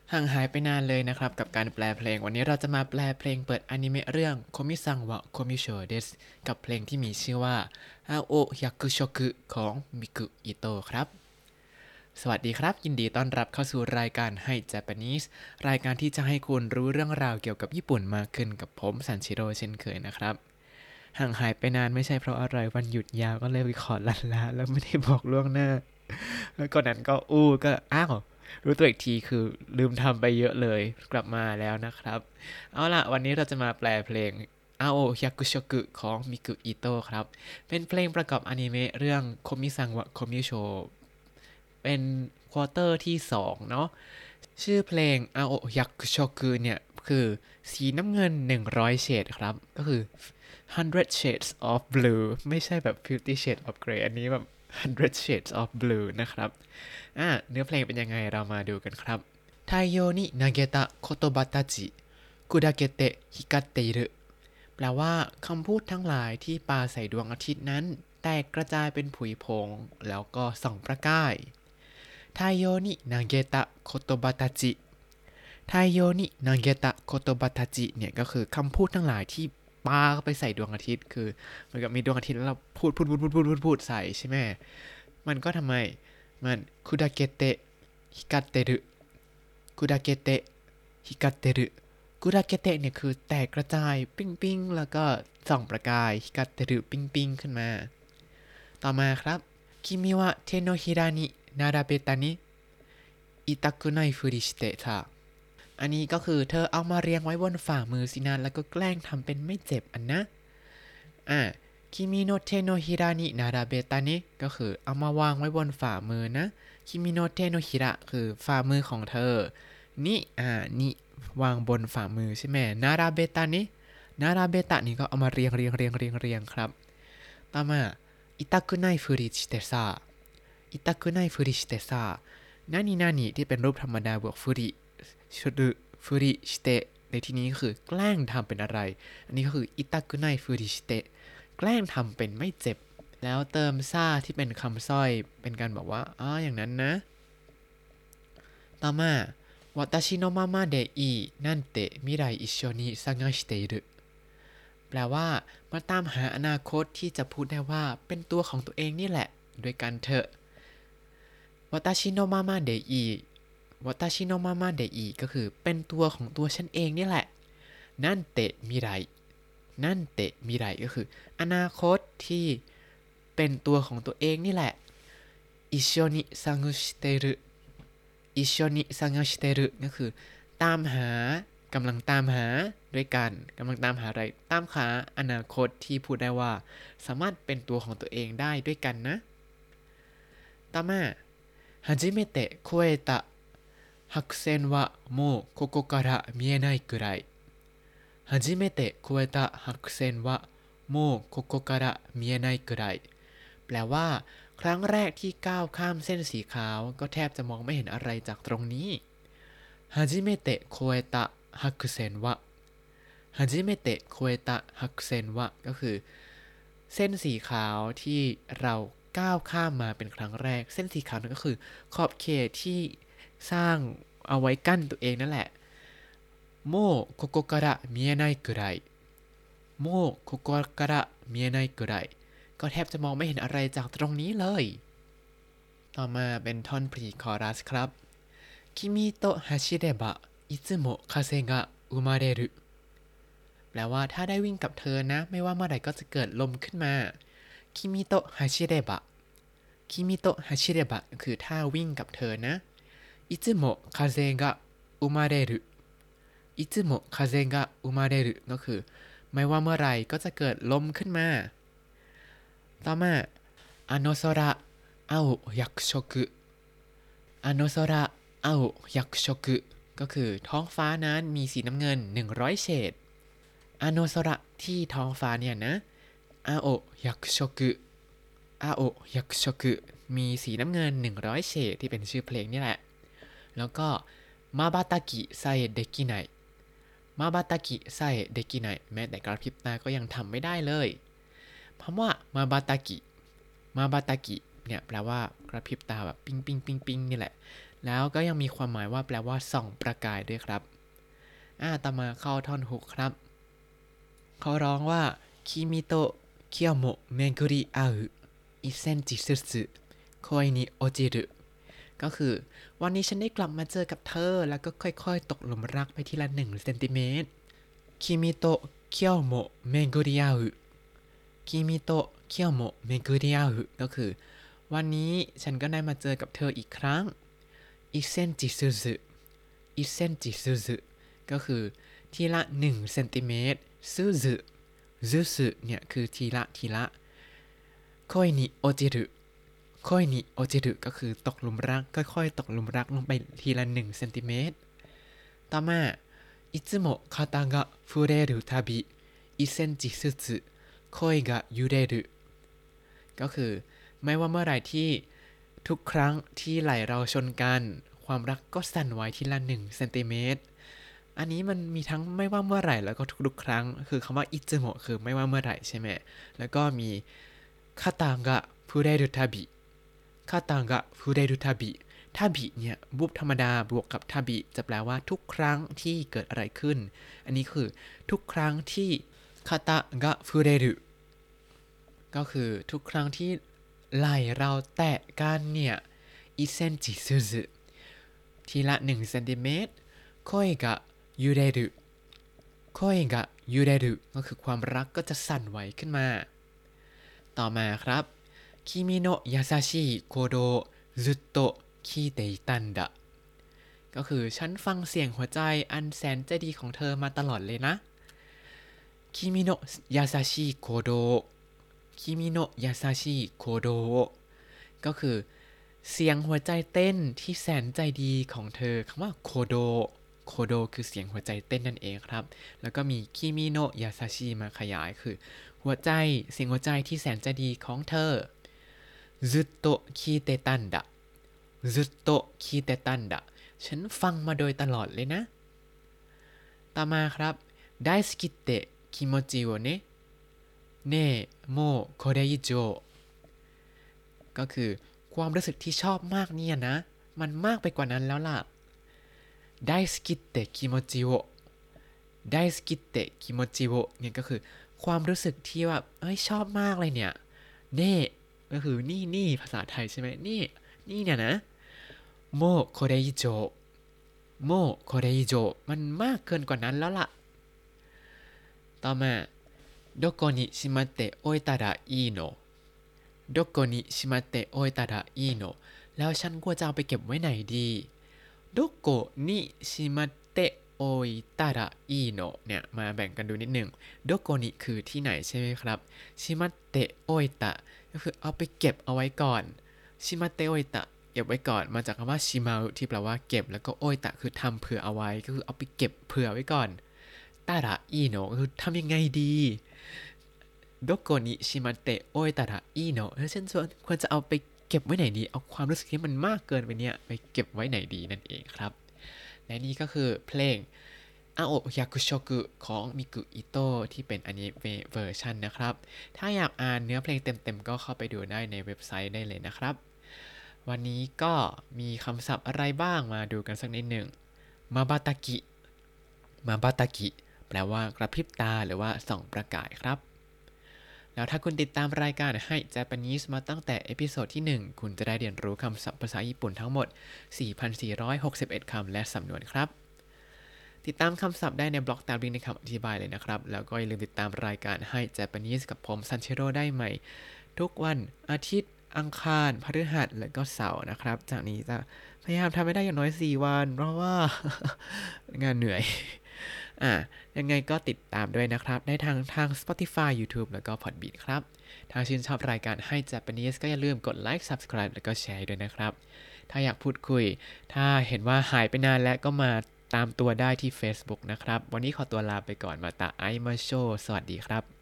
ห่างหายไปนานเลยนะครับกับการแปลเพลงวันนี้เราจะมาแปลเพลงเปิดอนิเมะเรื่องโคมิซังวะโคมิโชเดสกับเพลงที่มีชื่อว่าอาโอยักุโชกุของมิกุอิโตะครับสวัสดีครับยินดีต้อนรับเข้าสู่รายการให้ Japanese รายการที่จะให้คุณรู้เรื่องราวเกี่ยวกับญี่ปุ่นมากขึ้นกับผมซันชิโร่เช่นเคยนะครับห่างหายไปนานไม่ใช่เพราะอะไรวันหยุดยาวก็เลยขอลันลาแล้วไม่ได้บอกล่วงหน้าแล้วก่อนนั้นก็ก็อ้าวรู้ตัวอีกทีคือลืมทำไปเยอะเลยกลับมาแล้วนะครับเอาล่ะวันนี้เราจะมาแปลเพลงอาโอฮ y กุโชกุของมิกุอิโตะครับเป็นเพลงประกอบอนิเมะเรื่องโคมิซังวะโคมิโชเป็นควอเตอร์ที่2เนาะชื่อเพลงอาโอฮ y กุโชกุเนี่ยคือสีน้ำเงิน100เฉดครับก็คือ100 shades of blue ไม่ใช่แบบ50 shades of grey อันนี้แบบ100 shades of blue นะครับเนื้อเพลงเป็นยังไงเรามาดูกันครับ太陽に投げた言葉たち砕けて光っているแปลว่าคำพูดทั้งหลายที่ปาใส่ดวงอาทิตย์นั้นแตกกระจายเป็นผุยผงแล้วก็ส่องประกาย太陽に投げた言葉たち太陽に投げた言葉たちเนี่ยก็คือคำพูดทั้งหลายที่ปาไปใส่ดวงอาทิตย์คือเหมือนกับมีดวงอาทิตย์แล้วเราพูดใส่ใช่ไหมมันก็ทำไมมันคุดาเกเตะฮิกาเตรุคุดาเกเตะฮิกาเตรุคุดาเกเตะเนี่ยคือแตกกระจายปิ้งแล้วก็ส่องประกายฮิกาเตรุปิ้งขึ้นมาต่อมาครับคิมิวะเทโนฮิรานินาราเบตานิอิตาคุไนฟุริชิเตะอันนี้ก็คือเธอเอามาเรียงไว้บนฝ่ามือสินะแล้วก็แกล้งทำเป็นไม่เจ็บอันนะคิมิโนเทโนฮิรานินาราเบตานิก็คือเอามาวางไว้บนฝ่ามือนะคิมิโนเทโนฮิระคือฝ่ามือของเธอนี่นี่วางบนฝ่ามือใช่ไหมนาราเบตานินาราเบตะนี่ก็เอามาเรียงครับต่อมาอิตาคุไนฟุริชิเตซาอิตาคุไนฟุริชิเตซานานี่ที่เป็นรูปธรรมดาบวกฟุริชุดฟุริชิเตะในที่นี้คือแกล้งทำเป็นอะไรอันนี้ก็คืออิตาคุไนฟุริชิเตะแกล้งทำเป็นไม่เจ็บแล้วเติมซ่าที่เป็นคำสร้อยเป็นการบอกว่าอย่างนั้นนะต่อมา私のままでいいなんて未来一緒に探しているแปลว่ามาตามหาอนาคตที่จะพูดได้ว่าเป็นตัวของตัวเองนี่แหละด้วยกันเถอะ私のままでいい私のままでいいก็คือเป็นตัวของตัวฉันเองนี่แหละนั่นเตะมิไรนั่นเตะมิไรก็คืออนาคตที่เป็นตัวของตัวเองนี่แหละอิโชนิซังชิเตรุอิโชนิซังชิเตรุก็คือตามหากำลังตามหาด้วยกันกำลังตามหาอะไรตามหาอนาคตที่พูดได้ว่าสามารถเป็นตัวของตัวเองได้ด้วยกันนะต่อมา初めて越えた白線はもうここから見えないくらい初めて越えた白線はもうここから見えないくらいแปลว่าครั้งแรกที่ก้าวข้ามเส้นสีขาวก็แทบจะมองไม่เห็นอะไรจากตรงนี้初めて越えた白線は初めて越えた白線はก็คือเส้นสีขาวที่เราก้าวข้ามมาเป็นครั้งแรกเส้นสีขาวนั่นก็คือขอบเขตที่สร้างเอาไว้กั้นตัวเองนั่นแหละโมโคโกการะมิเอไนกุไรโมโคโกการะมิเอไนกุไรก็แทบจะมองไม่เห็นอะไรจากตรงนี้เลยต่อมาเป็นท่อนพรีคอรัสครับคิมิโตะฮาชิเดบะอิซึโมะคาเซกะอุมาเรรุแปลว่าถ้าได้วิ่งกับเธอนะไม่ว่าเมื่อไหร่ก็จะเกิดลมขึ้นมาคิมิโตะฮาชิเดบะคิมิโตะฮาชิเดบะคือถ้าวิ่งกับเธอนะอิซึโมะคาเซกะอุมาเรรุอิซึโมะคาเซกะอุมาเรรุก็คือไม่ว่าเมื่อไหร่ก็จะเกิดลมขึ้นมาต่อมาあの空青百色あの空青百色ก็คือท้องฟ้านั้นมีสีน้ำเงิน100เฉดอาโนโซระที่ท้องฟ้าเนี่ยนะอาโอยักโชกุอาโอยักโชกุมีสีน้ำเงิน100เฉดที่เป็นชื่อเพลงนี่แหละแล้วก็มาบาตากิไซเดกิไนมาบาตากิไซเดกิไนแม้แต่กระพริบตาก็ยังทำไม่ได้เลยคำว่ามาบาตากิเนี่ยแปลว่ากระพริบตาแบบปิ้งนี่แหละแล้วก็ยังมีความหมายว่าแปลว่าส่องประกายด้วยครับต่อมาเข้าท่อนฮุกครับเขาร้องว่าคิมิโตะเคียวโมะเมกุริอาอุอิเซนจิซึสึโคอินิโอจิรุก็คือวันนี้ฉันได้กลับมาเจอกับเธอแล้วก็ค่อยๆตกหลุมรักไปทีละ1 เซนติเมตรคิมิโตะเคียวโมะเมกุริอาอุคิมิโตะเคียวโมะเมกุริอาอุก็คือวันนี้ฉันก็ได้มาเจอกับเธออีกครั้งอิเซนจิซึสึอิเซนจิซึสึก็คือทีละ1 เซนติเมตรซึสึเนี่ยคือทีละโคอินิโอจิรุโคอินิโอจิรุก็คือตกหลุมรักค่อยๆตกหลุมรักลงไปทีละ1 เซนติเมตรต่อมาいつも肩が触れるたび1センチずつ恋が揺れるก็คือไม่ว่าเมื่อไหร่ที่ทุกครั้งที่ไหล่เราชนกันความรักก็สั่นไหวทีละ1 เซนติเมตรอันนี้มันมีทั้งไม่ว่าเมื่อไหร่แล้วก็ทุกๆครั้งคือคำว่าอิจิโมะคือไม่ว่าเมื่อไหร่ใช่ไหมแล้วก็มีคาตางะฟูเรรุทาบิคาตางะฟูเรรุทาบิทาบิเนี่ยบุบธรรมดาบวกกับทาบิจะแปลว่าทุกครั้งที่เกิดอะไรขึ้นอันนี้คือทุกครั้งที่คาตางะฟูเรรุก็คือทุกครั้งที่ไหล่เราแตะกันเนี่ยอิเซนจิซึซึทีละ1 เซนติเมตรโคยกะยูเรรุโคยกะยูเรรุก็คือความรักก็จะสั่นไหวขึ้นมาต่อมาครับคิมิโนะยาซาชิโคโดซึโตะคิเตอิตันดะก็คือฉันฟังเสียงหัวใจอันแสนใจดีของเธอมาตลอดเลยนะคิมิโนะยาซาชิโคโดคิมิโนะยาซาชิโคโดก็คือเสียงหัวใจเต้นที่แสนใจดีของเธอคำว่าโคโดคือเสียงหัวใจเต้นนั่นเองครับแล้วก็มีคิมิโนะยาซาชิมาขยายคือหัวใจเสียงหัวใจที่แสนใจดีของเธอずっと聞いてたんだずっと聞いてたんだฉันฟังมาโดยตลอดเลยนะต่อมาครับ大好きって気持ちをねねえもうこれ以上ก็คือความรู้สึกที่ชอบมากเนี่ยนะมันมากไปกว่านั้นแล้วล่ะ大好きって気持ちを大好きって気持ちをเนี่ยก็คือความรู้สึกที่ว่าชอบมากเลยเนี่ยเน่ก็คือนี่ภาษาไทยใช่ไหมนี่เนี่ยนะโมโคเรอิโจโมโคเรอิโจมันมากเกินกว่านั้นแล้วล่ะต่อมาどこにしまっておいたらいいのどこにしまっておいたらいいのแล้วฉันควรจะเอาไปเก็บไว้ไหนดีどこにしまってโออิตาระอีโนะเนี่ยมาแบ่งกันดูนิดหนึ่งโดโกนิคือที่ไหนใช่ไหมครับชิมัตเตะโออิตะก็คือเอาไปเก็บเอาไว้ก่อนชิมัตเตะโออิตะเก็บไว้ก่อนมาจากคำว่าชิมาอุที่แปลว่าเก็บแล้วก็โออิตะคือทำเผื่อเอาไว้ก็คือเอาไปเก็บเผื่อไว้ก่อนตาระอีโนะก็คือทำยังไงดีโดโกนิชิมัตเตะโออิตาระอีโนะแล้วฉันควรจะเอาไปเก็บไว้ไหนดีเอาความรู้สึกที่มันมากเกินไปเนี่ยไปเก็บไว้ไหนดีนั่นเองครับและนี่ก็คือเพลงอาโอะยากุโชกุของมิกุอิโตะที่เป็นอนิเมะเวอร์ชันนะครับถ้าอยากอ่านเนื้อเพลงเต็มๆก็เข้าไปดูได้ในเว็บไซต์ได้เลยนะครับวันนี้ก็มีคำศัพท์อะไรบ้างมาดูกันสักนิดหนึ่งมาบาตากิแปลว่ากระพริบตาหรือว่าส่องประกายครับแล้วถ้าคุณติดตามรายการให้ Japanese มาตั้งแต่เอพิโซดที่ 1คุณจะได้เรียนรู้คำศัพท์ภาษาญี่ปุ่นทั้งหมด 4,461 คำและสำนวนครับติดตามคำศัพท์ได้ในบล็อกตามลิงก์ในคำอธิบายเลยนะครับแล้วก็อย่าลืมติดตามรายการให้ Japanese กับผมซันเชโร่ได้ใหม่ทุกวันอาทิตย์อังคารพฤหัสและก็เสาร์นะครับจากนี้จะพยายามทำให้ได้อย่างน้อย4 วันเพราะว่า งานเหนื่อยยังไงก็ติดตามด้วยนะครับได้ทาง Spotify YouTube แล้วก็ Podbean ครับถ้าชื่นชอบรายการให้ Japanese ก็อย่าลืมกดไลค์ Subscribe แล้วก็แชร์ด้วยนะครับถ้าอยากพูดคุยถ้าเห็นว่าหายไปนานแล้วก็มาตามตัวได้ที่ Facebook นะครับวันนี้ขอตัวลาไปก่อนมาตาไอมาโชสวัสดีครับ